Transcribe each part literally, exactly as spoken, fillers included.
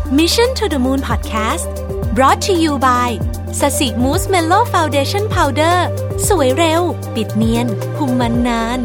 Mission to the Moon Podcast brought to you by สสิมูสเมลโล่ฟาวเดชั่นพาวเดอร์สวยเร็วปิดเนียนคุมมันนาน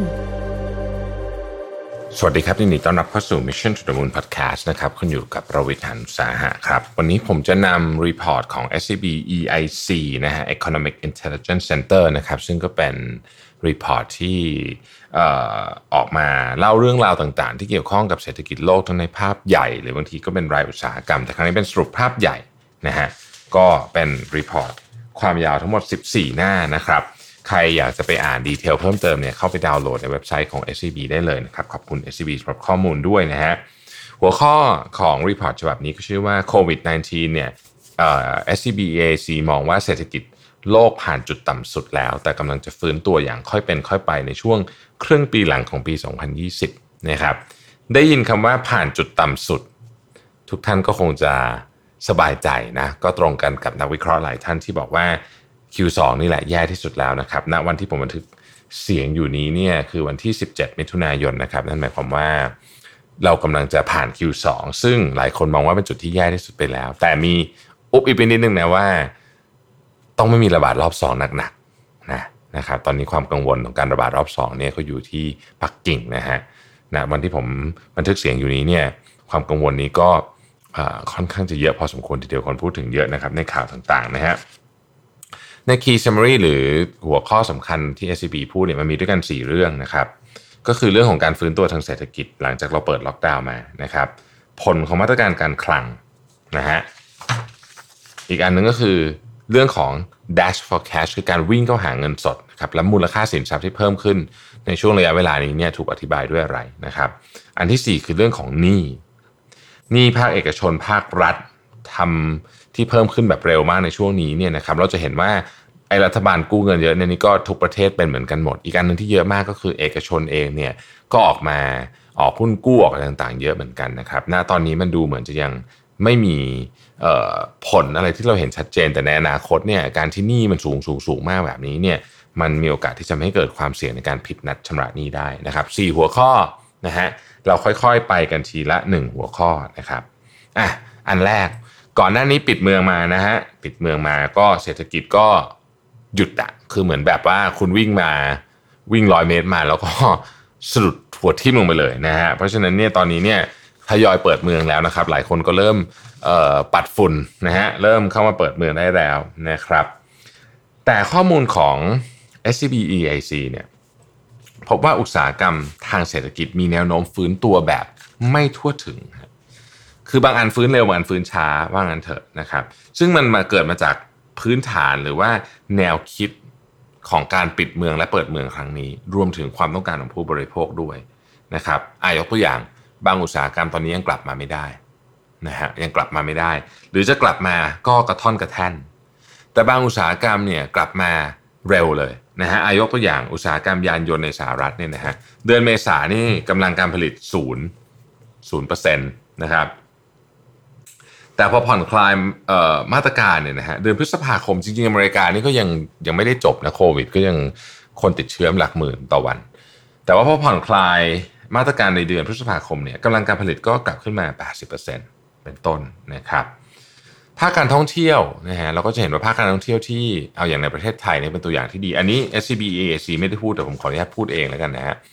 สวัสดีครับยินดีต้อนรับเข้าสู่ Mission to the Moon Podcast นะครับคุณอยู่กับประวิทย์ หาญอุตสาหะครับวันนี้ผมจะนำรีพอร์ตของ เอส ซี บี อี ไอ ซี นะฮะ Economic Intelligence Center นะครับซึ่งก็เป็นรีพอร์ตที่เอ่อออกมาเล่าเรื่องราวต่างๆที่เกี่ยวข้องกับเศรษฐกิจโลกทั้งในภาพใหญ่หรือบางทีก็เป็นรายอุตสาหกรรมแต่ครั้งนี้เป็นสรุปภาพใหญ่นะฮะก็เป็นรีพอร์ตความยาวทั้งหมดสิบสี่หน้านะครับใครอยากจะไปอ่านดีเทลเพิ่มเติมเนี่ยเข้าไปดาวน์โหลดในเว็บไซต์ของ เอส ซี บี ได้เลยนะครับขอบคุณ เอส ซี บี สำหรับข้อมูลด้วยนะฮะหัวข้อของรีพอร์ตฉบับนี้ก็ชื่อว่าโควิด สิบเก้า เนี่ยเอ่อ เอส ซี บี อี ไอ ซี มองว่าเศรษฐกิจโลกผ่านจุดต่ำสุดแล้วแต่กำลังจะฟื้นตัวอย่างค่อยเป็นค่อยไปในช่วงครึ่งปีหลังของปีสองพันยี่สิบนะครับได้ยินคำว่าผ่านจุดต่ำสุดทุกท่านก็คงจะสบายใจนะก็ตรงกันกับนักวิเคราะห์หลายท่านที่บอกว่า คิว สอง นี่แหละแย่ที่สุดแล้วนะครับณวันที่ผมบันทึกเสียงอยู่นี้เนี่ยคือวันที่สิบเจ็ดมิถุนายนนะครับนั่นหมายความว่าเรากำลังจะผ่าน คิว สอง ซึ่งหลายคนมองว่าเป็นจุดที่แย่ที่สุดไปแล้วแต่มีอุ๊บอีกนิดนึงนะว่าต้องไม่มีระบาดรอบสองหนักๆนะนะครับตอนนี้ความกังวลของการระบาดรอบสองเนี่ยก็อยู่ที่ปักกิ่งนะฮะณวันที่ผมบันทึกเสียงอยู่นี้เนี่ยความกังวลนี้ก็ค่อนข้างจะเยอะพอสมควรทีเดียวคนพูดถึงเยอะนะครับในข่าวต่างๆนะฮะใน Key Summary หรือหัวข้อสำคัญที่ เอส ซี บี พูดเนี่ยมันมีด้วยกันสี่เรื่องนะครับก็คือเรื่องของการฟื้นตัวทางเศรษฐกิจหลังจากเราเปิดล็อกดาวน์มานะครับผลของมาตรการการคลังนะฮะอีกอันนึงก็คือเรื่องของ Dash for Cash คือการวิ่งเข้าหาเงินสดนะครับและมูลค่าสินทรัพย์ที่เพิ่มขึ้นในช่วงระยะเวลานี้เนี่ยถูกอธิบายด้วยอะไรนะครับอันที่สี่คือเรื่องของหนี้หนี้ภาคเอกชนภาครัฐทำที่เพิ่มขึ้นแบบเร็วมากในช่วงนี้เนี่ยนะครับเราจะเห็นว่าไอ้รัฐบาลกู้เงินเยอะเนี่ยนี่ก็ทุกประเทศเป็นเหมือนกันหมดอีกอันนึงที่เยอะมากก็คือเอกชนเองเนี่ยก็ออกมาออกหุ้นกู้ออกอะไรต่างๆเยอะเหมือนกันนะครับณตอนนี้มันดูเหมือนจะยังไม่มีผลอะไรที่เราเห็นชัดเจนแต่ในอนาคตเนี่ยการที่หนี้มันสูงสูงสูงมากแบบนี้เนี่ยมันมีโอกาสที่จะทำให้เกิดความเสี่ยงในการผิดนัดชำระหนี้ได้นะครับสี่หัวข้อนะฮะเราค่อยๆไปกันทีละหนึ่งหัวข้อนะครับอ่ะอันแรกก่อนหน้านี้ปิดเมืองมานะฮะปิดเมืองมาก็เศรษฐกิจก็หยุดอะคือเหมือนแบบว่าคุณวิ่งมาวิ่งร้อยเมตรมาแล้วก็สะดุดหัวทิ่มลงไปเลยนะฮะเพราะฉะนั้นเนี่ยตอนนี้เนี่ยทยอยเปิดเมืองแล้วนะครับหลายคนก็เริ่มเอ่อปัดฝุ่นนะฮะเริ่มเข้ามาเปิดเมืองได้แล้วนะครับแต่ข้อมูลของ เอส ซี บี อี ไอ ซี เนี่ยพบว่าอุตสาหกรรมทางเศรษฐกิจมีแนวโน้มฟื้นตัวแบบไม่ทั่วถึงคือบางอันฟื้นเร็วบางอันฟื้นช้าว่างั้นเถอะนะครับซึ่งมันมาเกิดมาจากพื้นฐานหรือว่าแนวคิดของการปิดเมืองและเปิดเมืองครั้งนี้รวมถึงความต้องการของผู้บริโภคด้วยนะครับอ่ะยกตัวอย่างบางอุตสาหกรรมตอนนี้ยังกลับมาไม่ได้นะฮะยังกลับมาไม่ได้หรือจะกลับมาก็กระท่อนกระแท่นแต่บางอุตสาหกรรมเนี่ยกลับมาเร็วเลยนะฮะอ่ะยกตัวอย่างอุตสาหกรรมยานยนต์ในสหรัฐเนี่ยนะฮะเดือนเมษายนนี่กำลังการผลิตศูนย์ศูนย์เปอร์เซ็นต์นะครับแต่พอผ่อนคลายมาตรการเนี่ยนะฮะเดือนพฤษภาคมจริงๆอเมริกานี่ก็ยังยังไม่ได้จบนะโควิดก็ยังคนติดเชื้อหลักหมื่นต่อวันแต่ว่าพอผ่อนคลายมาตรการในเดือนพฤษภาคมเนี่ยกำลังการผลิตก็กลับขึ้นมา แปดสิบเปอร์เซ็นต์ เป็นต้นนะครับภาคการท่องเที่ยวนะฮะเราก็จะเห็นว่าภาคการท่องเที่ยวที่เอาอย่างในประเทศไทยเนี่ยเป็นตัวอย่างที่ดีอันนี้ เอส ซี บี อี ไอ ซี ไม่ได้พูดแต่ผมขออนุญาตพูดเองแล้วกันนะฮะ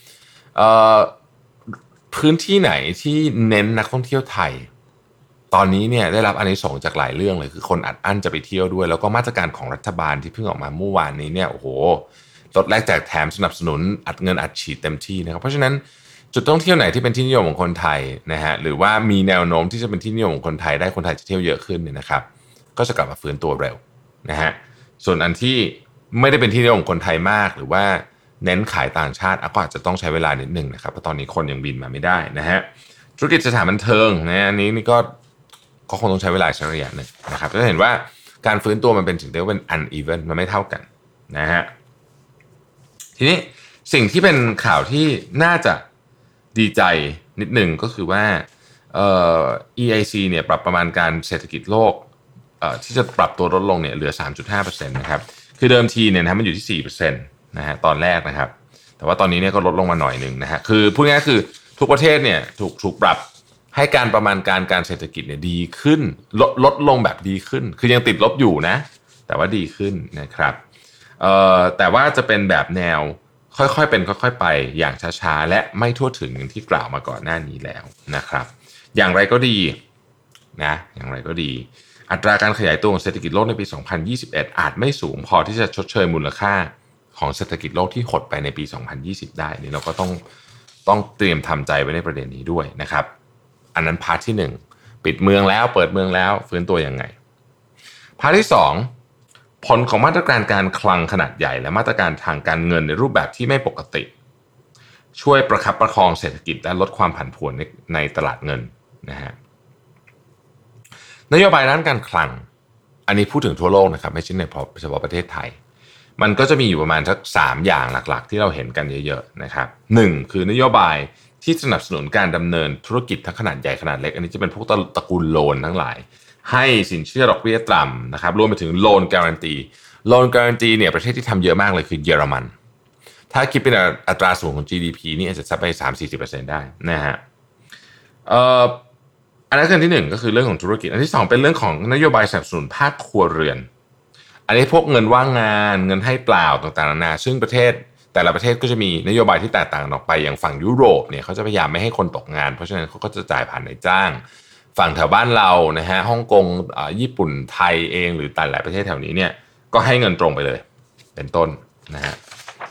พื้นที่ไหนที่เน้นนักท่องเที่ยวไทยตอนนี้เนี่ยได้รับอานิสงส์จากหลายเรื่องเลยคือคนอัดอั้นจะไปเที่ยวด้วยแล้วก็มาตรการของรัฐบาลที่เพิ่งออกมาเมื่อวานนี้เนี่ยโอ้โหลดแลกแจกแถมสนับสนุนอัดเงินอัดฉีดเต็มที่นะครับเพราะฉะนั้นจุดท่องเที่ยวไหนที่เป็นที่นิยมของคนไทยนะฮะหรือว่ามีแนวโน้มที่จะเป็นที่นิยมของคนไทยได้คนไทยจะเที่ยวเยอะขึ้นเนี่ยนะครับก็จะกลับมาฟื้นตัวเร็วนะฮะส่วนอันที่ไม่ได้เป็นที่นิยมของคนไทยมากหรือว่าเน้นขายต่างชาติก็อาจจะต้องใช้เวลานิดนึงนะครับเพราะตอนนี้คนยังบินมาไม่ได้นะฮะธุรกิจสถานบันเทิงนะอันนี้นี่ก็ก็คงต้องใช้เวลาสักระยะหนึ่งนะครับจะเห็นว่าการฟื้นตัวมันเป็นสิ่งที่เรียกว่าเป็น uneven มันไม่เท่ากันนะฮะทีนี้สิ่งที่เป็นข่าวที่น่าจะดีใจนิดหนึ่งก็คือว่าเอ่อ อี ไอ ซี เนี่ยปรับประมาณการเศรษฐกิจโลกเอ่อที่จะปรับตัวลดลงเนี่ยเหลือ สามจุดห้าเปอร์เซ็นต์ นะครับคือเดิมทีเนี่ยนะมันอยู่ที่ สี่เปอร์เซ็นต์ นะฮะตอนแรกนะครับแต่ว่าตอนนี้เนี่ยก็ลดลงมาหน่อยนึงนะฮะคือพูดง่ายๆคือทุกประเทศเนี่ยถูกถูกปรับให้การประมาณการการเศรษฐกิจเนี่ยดีขึ้นลดลดลงแบบดีขึ้นคือยังติดลบอยู่นะแต่ว่าดีขึ้นนะครับเอ่อแต่ว่าจะเป็นแบบแนวค่อยๆเป็นค่อยๆไปอย่างช้าๆและไม่ทั่วถึงอย่างที่กล่าวมาก่อนหน้านี้แล้วนะครับอย่างไรก็ดีนะอย่างไรก็ดีอัตราการขยายตัวของเศรษฐกิจโลกในปีสองพันยี่สิบเอ็ดอาจไม่สูงพอที่จะชดเชยมูลค่าของเศรษฐกิจโลกที่หดไปในปีสองพันยี่สิบได้นี่เราก็ต้องต้องเตรียมทำใจไว้ในประเด็นนี้ด้วยนะครับอันนั้นพาร์ทที่หนึ่งปิดเมืองแล้วเปิดเมืองแล้วฟื้นตัวยังไงพาร์ทที่สองผลของมาตรการการคลังขนาดใหญ่และมาตรการทางการเงินในรูปแบบที่ไม่ปกติช่วยประคับประคองเศรษฐกิจและลดความผันผวนใน, ในตลาดเงินนะฮะนโยบายด้านการคลังอันนี้พูดถึงทั่วโลกนะครับไม่ใช่ในเฉพาะประเทศไทยมันก็จะมีอยู่ประมาณสักสามอย่างหลักๆที่เราเห็นกันเยอะๆนะครับหนึ่งคือนโยบายที่สนับสนุนการดำเนินธุรกิจทั้งขนาดใหญ่ขนาดเล็กอันนี้จะเป็นพวกตระกูลโลนทั้งหลายให้สินเชื่อดอกเบี้ยต่ำนะครับรวมไปถึงโลนการันตีโลนการันตีเนี่ยประเทศที่ทำเยอะมากเลยคือเยอรมันถ้าคิดเป็นอัตราส่วนของ จี ดี พี นี่อาจจะสักไป สามถึงสี่สิบเปอร์เซ็นต์ ได้นะฮะเอ่ออันนั้นคือที่หนึ่งก็คือเรื่องของธุรกิจอันที่สองเป็นเรื่องของนโยบายสนับสนุนภาคครัวเรือนอันนี้พวกเงินว่างงานเงินให้เปล่าต่างๆนานาซึ่งประเทศแต่ละประเทศก็จะมีนโยบายที่แตกต่างออกไปอย่างฝั่งยุโรปเนี่ยเขาจะพยายามไม่ให้คนตกงานเพราะฉะนั้นเขาก็จะจ่ายผ่านนายจ้างฝั่งแถวบ้านเรานะฮะฮ่องกงอ่าญี่ปุ่นไทยเองหรือแต่หลายประเทศแถวนี้เนี่ยก็ให้เงินตรงไปเลยเป็นต้นนะฮะ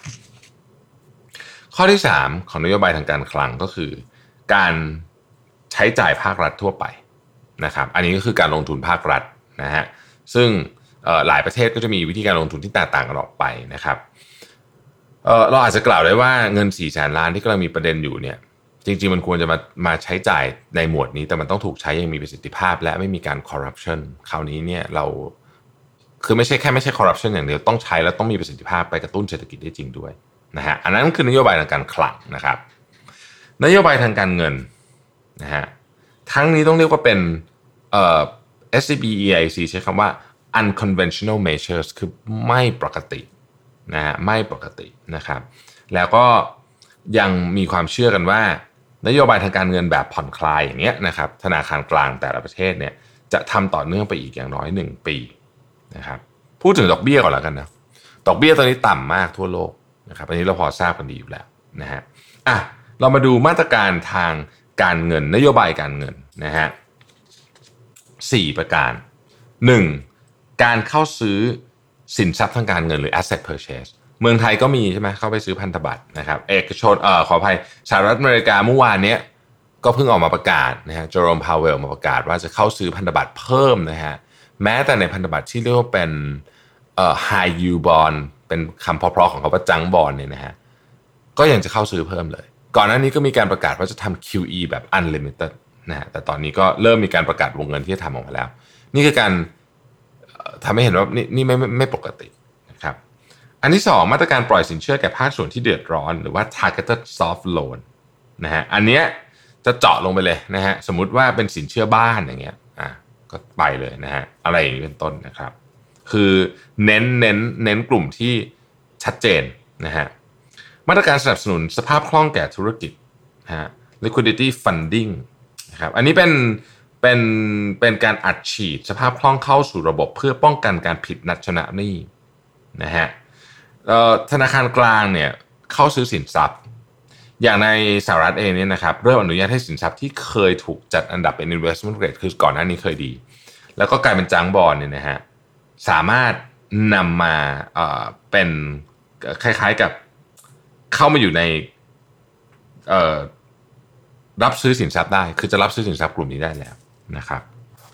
ข้อที่สามของนโยบายทางการคลังก็คือการใช้จ่ายภาครัฐทั่วไปนะครับอันนี้ก็คือการลงทุนภาครัฐนะฮะซึ่งหลายประเทศก็จะมีวิธีการลงทุนที่แตกต่างกันออกไปนะครับ เอ่อเราอาจจะกล่าวได้ว่าเงินสี่แสนล้านที่กำลังมีประเด็นอยู่เนี่ยจริงๆมันควรจะมามาใช้จ่ายในหมวดนี้แต่มันต้องถูกใช้อย่างมีประสิทธิภาพและไม่มีการคอร์รัปชันคราวนี้เนี่ยเราคือไม่ใช่แค่ไม่ใช่คอร์รัปชันอย่างเดียวต้องใช้แล้วต้องมีประสิทธิภาพไปกระตุ้นเศรษฐกิจได้จริงด้วยนะฮะอันนั้นคือนโยบายทางการคลังนะครับนโยบายทางการเงินนะฮะทั้งนี้ต้องเรียกว่าเป็นเอ่อ เอส ซี บี อี ไอ ซี ใช้คำว่า unconventional measures คือไม่ปกตินะฮะไม่ปกตินะครับแล้วก็ยังมีความเชื่อกันว่านโยบายทางการเงินแบบผ่อนคลายอย่างเงี้ยนะครับธนาคารกลางแต่ละประเทศเนี่ยจะทำต่อเนื่องไปอีกอย่างน้อยหนึ่งปีนะครับพูดถึงดอกเบี้ยก่อนแล้วกันนะดอกเบี้ยตอนนี้ต่ำมากทั่วโลกนะครับอันนี้เราพอทราบกันดีอยู่แล้วนะฮะอ่ะเรามาดูมาตรการทางการเงินนโยบายการเงินนะฮะสี่ประการหนึ่งการเข้าซื้อสินทรัพย์ทางการเงินหรือ asset purchase เมืองไทยก็มีใช่ไหมเข้าไปซื้อพันธบัตรนะครับเอกชนเอ่อขออภัยสหรัฐอเมริกาเมื่อวานนี้ก็เพิ่งออกมาประกาศนะฮะเจอโรมพาวเวลมาประกาศว่าจะเข้าซื้อพันธบัตรเพิ่มนะฮะแม้แต่ในพันธบัตรที่เรียกว่าเป็นเอ่อ high yield bond เป็นคำเพราะๆของเขาว่าจังบอนเนี่ยนะฮะก็ยังจะเข้าซื้อเพิ่มเลยก่อนหน้านี้ก็มีการประกาศว่าจะทำ คิว อี แบบ unlimited นะฮะแต่ตอนนี้ก็เริ่มมีการประกาศวงเงินที่จะทำออกมาแล้วนี่คือการทำให้เห็นว่านี่นี่ไม่ไม่ไม่ปกตินะครับอันที่สองมาตรการปล่อยสินเชื่อแก่ภาคส่วนที่เดือดร้อนหรือว่า targeted soft loan นะฮะอันเนี้ยจะเจาะลงไปเลยนะฮะสมมุติว่าเป็นสินเชื่อบ้านอย่างเงี้ยอ่ะก็ไปเลยนะฮะอะไรอย่างนี้เป็นต้นนะครับคือเน้นเน้นเน้นกลุ่มที่ชัดเจนนะฮะมาตรการสนับสนุนสภาพคล่องแก่ธุรกิจนะฮะ liquidity funding นะครับอันนี้เป็นเป็นเป็นการอัดฉีดสภาพคล่องเข้าสู่ระบบเพื่อป้องกันการผิดนัดชำระหนี้นะฮะธนาคารกลางเนี่ยเข้าซื้อสินทรัพย์อย่างในสหรัฐเองเนี่ยนะครับเริ่มอนุญาตให้สินทรัพย์ที่เคยถูกจัดอันดับเป็น investment grade คือก่อนหน้านี้เคยดีแล้วก็กลายเป็นจังบอนเนี่ยนะฮะสามารถนำมาเอ่อเป็นคล้ายๆกับเข้ามาอยู่ในเอ่อรับซื้อสินทรัพย์ได้คือจะรับซื้อสินทรัพย์กลุ่มนี้ได้แล้วนะครับ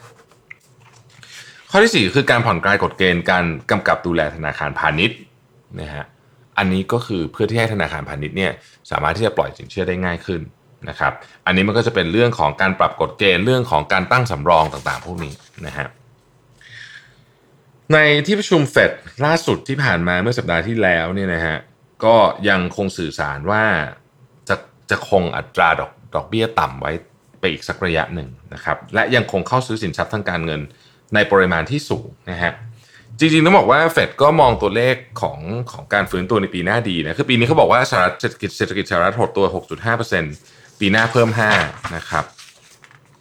ข้อที่สี่คือการผ่อนคลายกฎเกณฑ์การกำกับดูแลธนาคารพาณิชย์นะฮะอันนี้ก็คือเพื่อที่ให้ธนาคารพาณิชย์เนี่ยสามารถที่จะปล่อยสินเชื่อได้ง่ายขึ้นนะครับอันนี้มันก็จะเป็นเรื่องของการปรับกฎเกณฑ์เรื่องของการตั้งสำรองต่างๆพวกนี้นะฮะในที่ประชุมเฟดล่าสุดที่ผ่านมาเมื่อสัปดาห์ที่แล้วเนี่ยนะฮะก็ยังคงสื่อสารว่าจะจะคงอัตราดอกดอกเบี้ยต่ำไว้ไปอีกสักระยะหนึ่งนะครับและยังคงเข้าซื้อสินทรัพย์ทางการเงินในปริมาณที่สูงนะฮะจริงๆต้องบอกว่าเฟดก็มองตัวเลขของของการฟื้นตัวในปีหน้าดีนะคือปีนี้เขาบอกว่าสหรัฐเศรษฐกิจเศรษฐกิจสหรัฐหดตัว หกจุดห้าเปอร์เซ็นต์ ปีหน้าเพิ่มห้านะครับ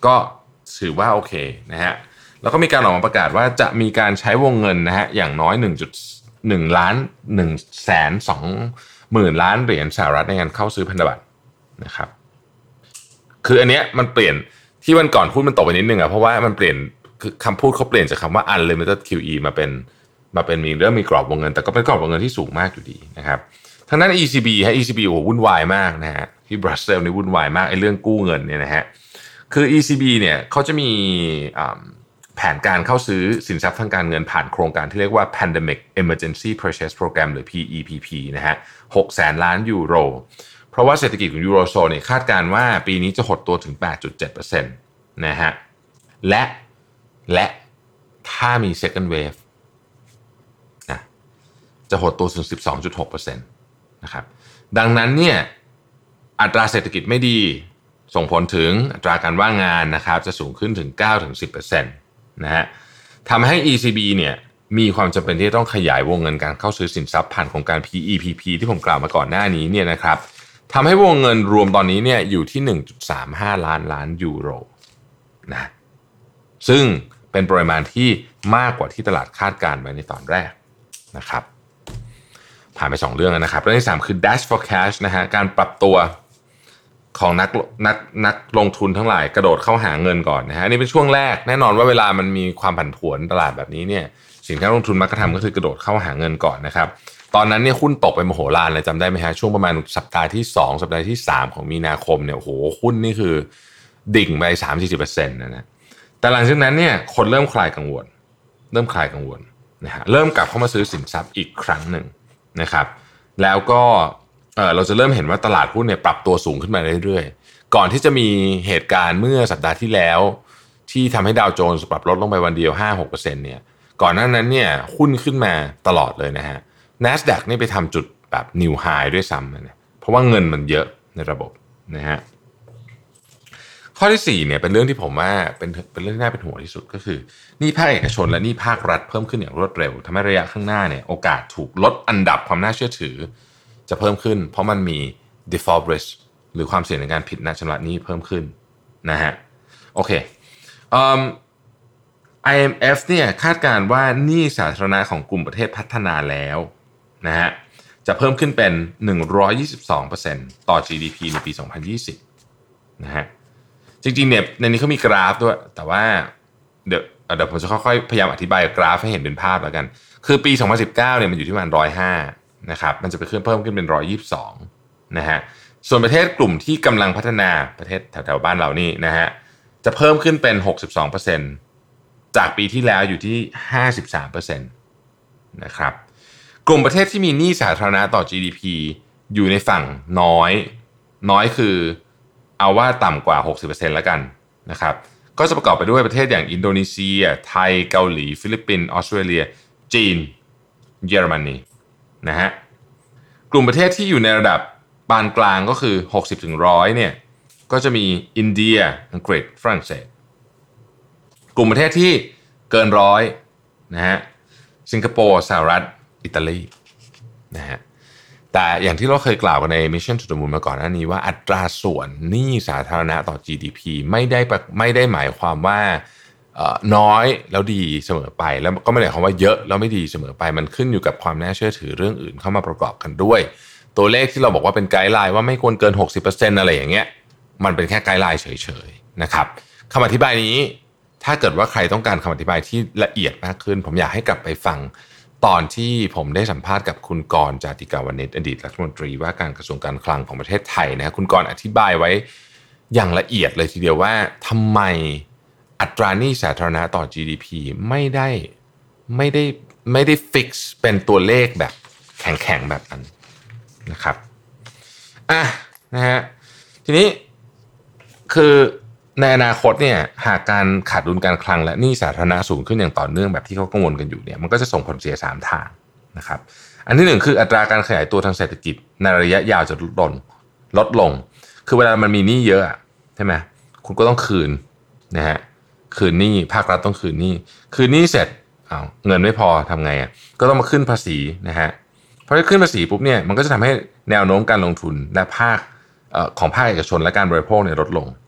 ก็ถือว่าโอเคนะฮะแล้วก็มีการออกมาประกาศว่าจะมีการใช้วงเงินนะฮะอย่างน้อย หนึ่งจุดหนึ่ง ล้าน หนึ่งแสนสองหมื่น ล้านเหรียญสหรัฐในการเข้าซื้อพันธบัตรนะครับคืออันเนี้ยมันเปลี่ยนที่วันก่อนพูดมันตกไปนิดนึงอ่ะเพราะว่ามันเปลี่ยนคือคำพูดเขาเปลี่ยนจากคำว่า unlimited คิว อี มาเป็นมาเป็นมีเรื่องมีกรอบวงเงินแต่ก็เป็นกรอบวงเงินที่สูงมากอยู่ดีนะครับทางด้าน อี ซี บี ฮะ อี ซี บี โอ้โหวุ่นวายมากนะฮะที่บรัสเซลส์นี่วุ่นวายมากไอ้เรื่องกู้เงินเนี่ยนะฮะคือ อี ซี บี เนี่ยเขาจะมีแผนการเข้าซื้อสินทรัพย์ทางการเงินผ่านโครงการที่เรียกว่า Pandemic Emergency Purchase Program หรือ พี อี พี พี นะฮะหกแสนล้านยูโรเพราะว่าเศรษฐกิจของยูโรโซนเนี่ยคาดการณ์ว่าปีนี้จะหดตัวถึง แปดจุดเจ็ดเปอร์เซ็นต์ นะฮะและและถ้ามี second wave นะจะหดตัวถึง สิบสองจุดหกเปอร์เซ็นต์ นะครับดังนั้นเนี่ยอัตราเศรษฐกิจไม่ดีส่งผลถึงอัตราการว่างงานนะครับจะสูงขึ้นถึง เก้าถึงสิบเปอร์เซ็นต์ นะฮะทำให้ อี ซี บี เนี่ยมีความจำเป็นที่ต้องขยายวงเงินการเข้าซื้อสินทรัพย์ผ่านโครงการ พี อี พี พี ที่ผมกล่าวมาก่อนหน้านี้เนี่ยนะครับทำให้วงเงินรวมตอนนี้เนี่ยอยู่ที่ หนึ่งจุดสามห้า ล้านล้านยูโรนะซึ่งเป็นปริมาณที่มากกว่าที่ตลาดคาดการณ์ไว้ในตอนแรกนะครับผ่านไปสองเรื่องแล้วนะครับเรื่องที่สามคือ Dash for Cash นะฮะการปรับตัวของนักนักนักลงทุนทั้งหลายกระโดดเข้าหาเงินก่อนนะฮะนี่เป็นช่วงแรกแน่นอนว่าเวลามันมีความผันผวนตลาดแบบนี้เนี่ยสิ่งที่นักลงทุนมักจะทำก็คือกระโดดเข้าหาเงินก่อนนะครับตอนนั้นเนี่ยหุ้นตกไปมโหฬารเลยจำได้ไหมฮะช่วงประมาณสัปดาห์ที่สองสัปดาห์ที่สามของมีนาคมเนี่ยโอ้โหหุ้นนี่คือดิ่งไป สามถึงสี่สิบเปอร์เซ็นต์ นะนะแต่หลังจากนั้นเนี่ยคนเริ่มคลายกังวลเริ่มคลายกังวลนะฮะเริ่มกลับเข้ามาซื้อสินทรัพย์อีกครั้งหนึ่งนะครับแล้วก็เออเราจะเริ่มเห็นว่าตลาดหุ้นเนี่ยปรับตัวสูงขึ้นมาเรื่อยๆก่อนที่จะมีเหตุการณ์เมื่อสัปดาห์ที่แล้วที่ทำให้ดาวโจนส์ปรับลดลงไปวันเดียว ห้าถึงหกเปอร์เซ็นต์ เนี่ยก่อนหน้านั้นเนี่ยหุ้นขึ้นมาตลอดเลยนะฮะ NASDAQ นี่ไปทำจุดแบบ New High ด้วยซ้ำนะเพราะว่าเงินมันเยอะในระบบนะฮะข้อที่สี่เนี่ยเป็นเรื่องที่ผมว่าเป็นเป็นเรื่องที่น่าเป็นห่วงที่สุดก็คือหนี้ภาคเอกชนและหนี้ภาครัฐเพิ่มขึ้นอย่างรวดเร็วทำให้ระยะข้างหน้าเนี่ยโอกาสถูกลดอันดับความน่าเชื่อถือจะเพิ่มขึ้นเพราะมันมี default risk หรือความเสี่ยงในการผิดนัดชำระหนี้เพิ่มขึ้นนะฮะโอเคอืม ไอ เอ็ม เอฟ เนี่ยคาดการณ์ว่าหนี้สาธารณะของกลุ่มประเทศพัฒนาแล้วนะฮะจะเพิ่มขึ้นเป็น หนึ่งร้อยยี่สิบสองเปอร์เซ็นต์ ต่อ จี ดี พี ในปี สองพันยี่สิบนะฮะจริงๆเนี่ยในนี้เขามีกราฟด้วยแต่ว่าเดี๋ยวเดี๋ยวผมจะค่อยๆพยายามอธิบายกราฟให้เห็นเป็นภาพแล้วกันคือปีสองพันสิบเก้าเนี่ยมันอยู่ที่ประมาณหนึ่งร้อยห้านะครับมันจะไปขึ้นเพิ่มขึ้นเป็นหนึ่งร้อยยี่สิบสองนะฮะส่วนประเทศกลุ่มที่กำลังพัฒนาประเทศแถวๆบ้านเรานี่นะฮะจะเพิ่มขึ้นเป็น หกสิบสองเปอร์เซ็นต์ จากปีที่แล้วอยู่ที่ ห้าสิบสามเปอร์เซ็นต์ นะครับกลุ่มประเทศที่มีหนี้สาธารณะต่อ จี ดี พี อยู่ในฝั่งน้อยน้อยคือเอาว่าต่ำกว่า หกสิบเปอร์เซ็นต์ แล้วกันนะครับก็จะประกอบไปด้วยประเทศอย่างอินโดนีเซียไทยเกาหลีฟิลิปปินส์ออสเตรเลียจีนเยอรมนีนะฮะกลุ่มประเทศที่อยู่ในระดับปานกลางก็คือ หกสิบถึงหนึ่งร้อย เนี่ยก็จะมีอินเดียอังกฤษฝรั่งเศสกลุ่มประเทศที่เกินร้อยนะฮะสิงคโปร์สหรัฐอิตาลีนะฮะแต่อย่างที่เราเคยกล่าวกันใน Mission to the Moon มาก่อนหน้านี้ว่าอัตราส่วนหนี้สาธารณะต่อ จี ดี พี ไม่ได้ไม่ได้หมายความว่าน้อยแล้วดีเสมอไปแล้วก็ไม่ได้หมายความว่าเยอะแล้วไม่ดีเสมอไปมันขึ้นอยู่กับความน่าเชื่อถือเรื่องอื่นเข้ามาประกอบกันด้วยตัวเลขที่เราบอกว่าเป็นไกด์ไลน์ว่าไม่ควรเกิน หกสิบเปอร์เซ็นต์ อะไรอย่างเงี้ยมันเป็นแค่ไกด์ไลน์เฉยๆนะครับคำอธิบายนี้ถ้าเกิดว่าใครต้องการคำอธิบายที่ละเอียดมากขึ้นผมอยากให้กลับไปฟังตอนที่ผมได้สัมภาษณ์กับคุณกรณ์จาติกาวนิชอดีตรัฐมนตรีว่าการกระทรวงการคลังของประเทศไทยนะคุณกรณ์อธิบายไว้อย่างละเอียดเลยทีเดียวว่าทำไมอัตราหนี้สาธารณะต่อ จี ดี พี ไม่ได้ไม่ได้ไม่ได้ฟิกซ์เป็นตัวเลขแบบแข็งๆแบบนั้นนะครับอ่ะนะฮะทีนี้คือในอนาคตเนี่ยหากการขาดดุลการคลังและหนี้สาธารณะสูงขึ้นอย่างต่อเนื่องแบบที่เขากังวลกันอยู่เนี่ยมันก็จะส่งผลเสียสามทางนะครับอันที่หนึ่งคืออัตราการขยายตัวทางเศรษฐกิจในระยะยาวจะลดลงลดลงคือเวลามันมีหนี้เยอะใช่ไหมคุณก็ต้องคืนนะฮะคืนหนี้ภาครัฐต้องคืนหนี้คืนหนี้เสร็จอ้าวเงินไม่พอทำไงอ่ะก็ต้องมาขึ้นภาษีนะฮะพอได้ขึ้นภาษีปุ๊บเนี่ยมันก็จะทำให้แนวโน้มการลงทุนและภาคของภาคเอกชนและการบริโภคเนี่ยลดลง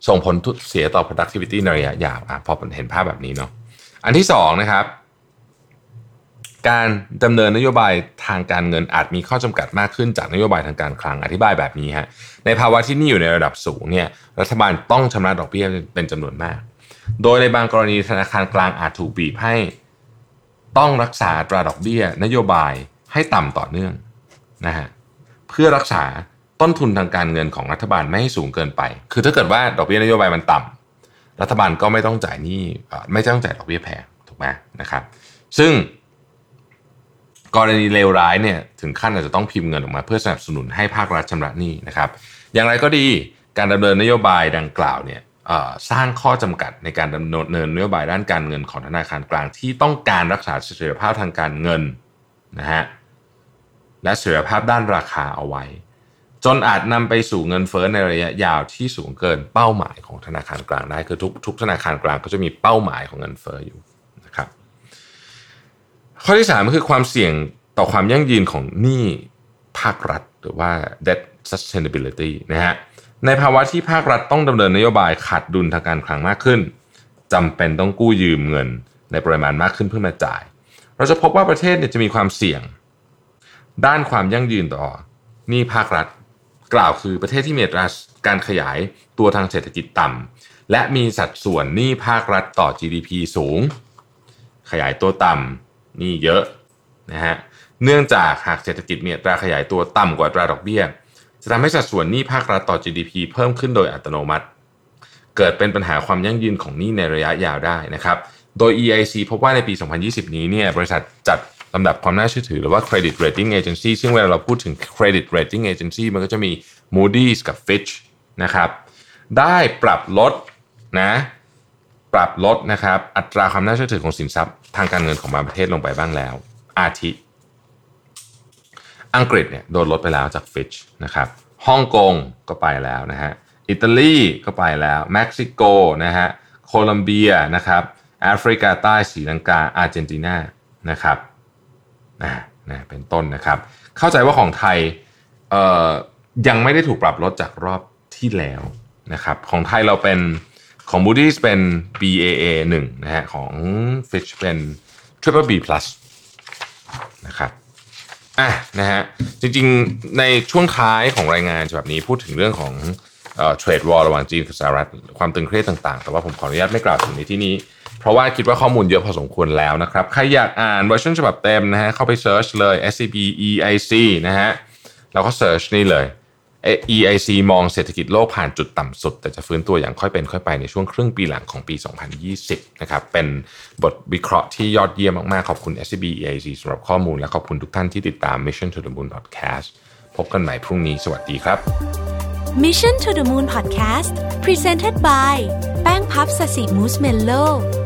ส่งผลเสียต่อ productivity ในระยะยาวอ่ะพอเห็นภาพแบบนี้เนาะอันที่สองนะครับการดำเนินนโยบายทางการเงินอาจมีข้อจำกัดมากขึ้นจากนโยบายทางการคลังอธิบายแบบนี้ฮะในภาวะที่หนี้อยู่ในระดับสูงเนี่ยรัฐบาลต้องชำระดอกเบี้ยเป็นจำนวนมากโดยในบางกรณีธนาคารกลางอาจถูกบีบให้ต้องรักษาอัตราดอกเบี้ยนโยบายให้ต่ำต่อเนื่องนะฮะเพื่อรักษาต้นทุนทางการเงินของรัฐบาลไม่ให้สูงเกินไปคือถ้าเกิดว่าดอกเบี้ยนโยบายมันต่ำรัฐบาลก็ไม่ต้องจ่ายหนี้ไม่ต้องจ่ายดอกเบี้ยแพงถูกไหมนะครับซึ่งกรณีเลวร้ายเนี่ยถึงขั้นอาจจะต้องพิมพ์เงินออกมาเพื่อสนับสนุนให้ภาครัฐชำระหนี้นะครับอย่างไรก็ดีการดำเนินนโยบายดังกล่าวเนี่ยสร้างข้อจำกัดในการดำเนินนโยบายด้านการเงินของธนาคารกลางที่ต้องการรักษาเสถียรภาพทางการเงินนะฮะและเสถียรภาพด้านราคาเอาไว้จนอาจนำไปสู่เงินเฟ้อในระยะยาวที่สูงเกินเป้าหมายของธนาคารกลางได้คือทุกทุกธนาคารกลางก็จะมีเป้าหมายของเงินเฟ้ออยู่นะครับข้อที่สามก็คือความเสี่ยงต่อความยั่งยืนของหนี้ภาครัฐหรือว่า debt sustainability นะฮะในภาวะที่ภาครัฐต้องดำเนินนโยบายขาดดุลทางการคลังมากขึ้นจำเป็นต้องกู้ยืมเงินในปริมาณมากขึ้นเพื่อมาจ่ายเราจะพบว่าประเทศเนี่ยจะมีความเสี่ยงด้านความยั่งยืนต่อหนี้ภาครัฐกล่าวคือประเทศที่มีอัตราการขยายตัวทางเศรษฐกิจต่ำและมีสัดส่วนหนี้ภาครัฐต่อ จี ดี พี สูงขยายตัวต่ำหนี้เยอะนะฮะเนื่องจากหากเศรษฐกิจมีอัตราขยายตัวต่ำกว่าอัตราดอกเบี้ยจะทำให้สัดส่วนหนี้ภาครัฐต่อ จี ดี พี เพิ่มขึ้นโดยอัตโนมัติเกิดเป็นปัญหาความยั่งยืนของหนี้ในระยะยาวได้นะครับโดย อี ไอ ซี พบว่าในปี สองพันยี่สิบ นี้เนี่ยบริษัทจัดลำดับความน่าเชื่อถือหรือว่า Credit Rating Agency ซึ่งเวลาเราพูดถึง Credit Rating Agency มันก็จะมี Moody's กับ Fitch นะครับได้ปรับลดนะปรับลดนะครับอัตราความน่าเชื่อถือของสินทรัพย์ทางการเงินของบางประเทศลงไปบ้างแล้วอาทิอังกฤษเนี่ยโดนลดไปแล้วจาก Fitch นะครับฮ่องกงก็ไปแล้วนะฮะอิตาลีก็ไปแล้วเม็กซิโกนะฮะโคลัมเบียนะครับแอฟริกาใต้ศรีลังกาอาร์เจนตินานะครับนะนะเป็นต้นนะครับเข้าใจว่าของไทยเอ่อยังไม่ได้ถูกปรับลดจากรอบที่แล้วนะครับของไทยเราเป็นของ Moody's เป็น บี เอ เอ หนึ่งนะฮะของ Fitch เป็น Triple B plus นะครับอ่ะนะฮะจริงๆในช่วงท้ายของรายงานฉบับนี้พูดถึงเรื่องของเอ่อ trade war ระหว่างจีนกับสหรัฐความตึงเครียดต่างๆแต่ว่าผมขออนุญาตไม่กล่าวถึงในที่นี้เพราะว่าคิดว่าข้อมูลเยอะพอสมควรแล้วนะครับใครอยากอ่านเวอร์ชันฉบับเต็มนะฮะเข้าไปเซิร์ชเลย เอส ซี บี อี ไอ ซี นะฮะแล้วก็เซิร์ชนี่เลย อี ไอ ซี มองเศรษฐกิจโลกผ่านจุดต่ำสุดแต่จะฟื้นตัวอย่างค่อยเป็นค่อยไปในช่วงครึ่งปีหลังของปีสองพันยี่สิบนะครับเป็นบทวิเคราะห์ที่ยอดเยี่ยมมากๆขอบคุณ เอส ซี บี อี ไอ ซี สำหรับข้อมูลและขอบคุณทุกท่านที่ติดตาม Mission to the Moon Podcast พบกันใหม่พรุ่งนี้สวัสดีครับ Mission to the Moon Podcast Presented by แป้งพับสสิมูสเมลโล่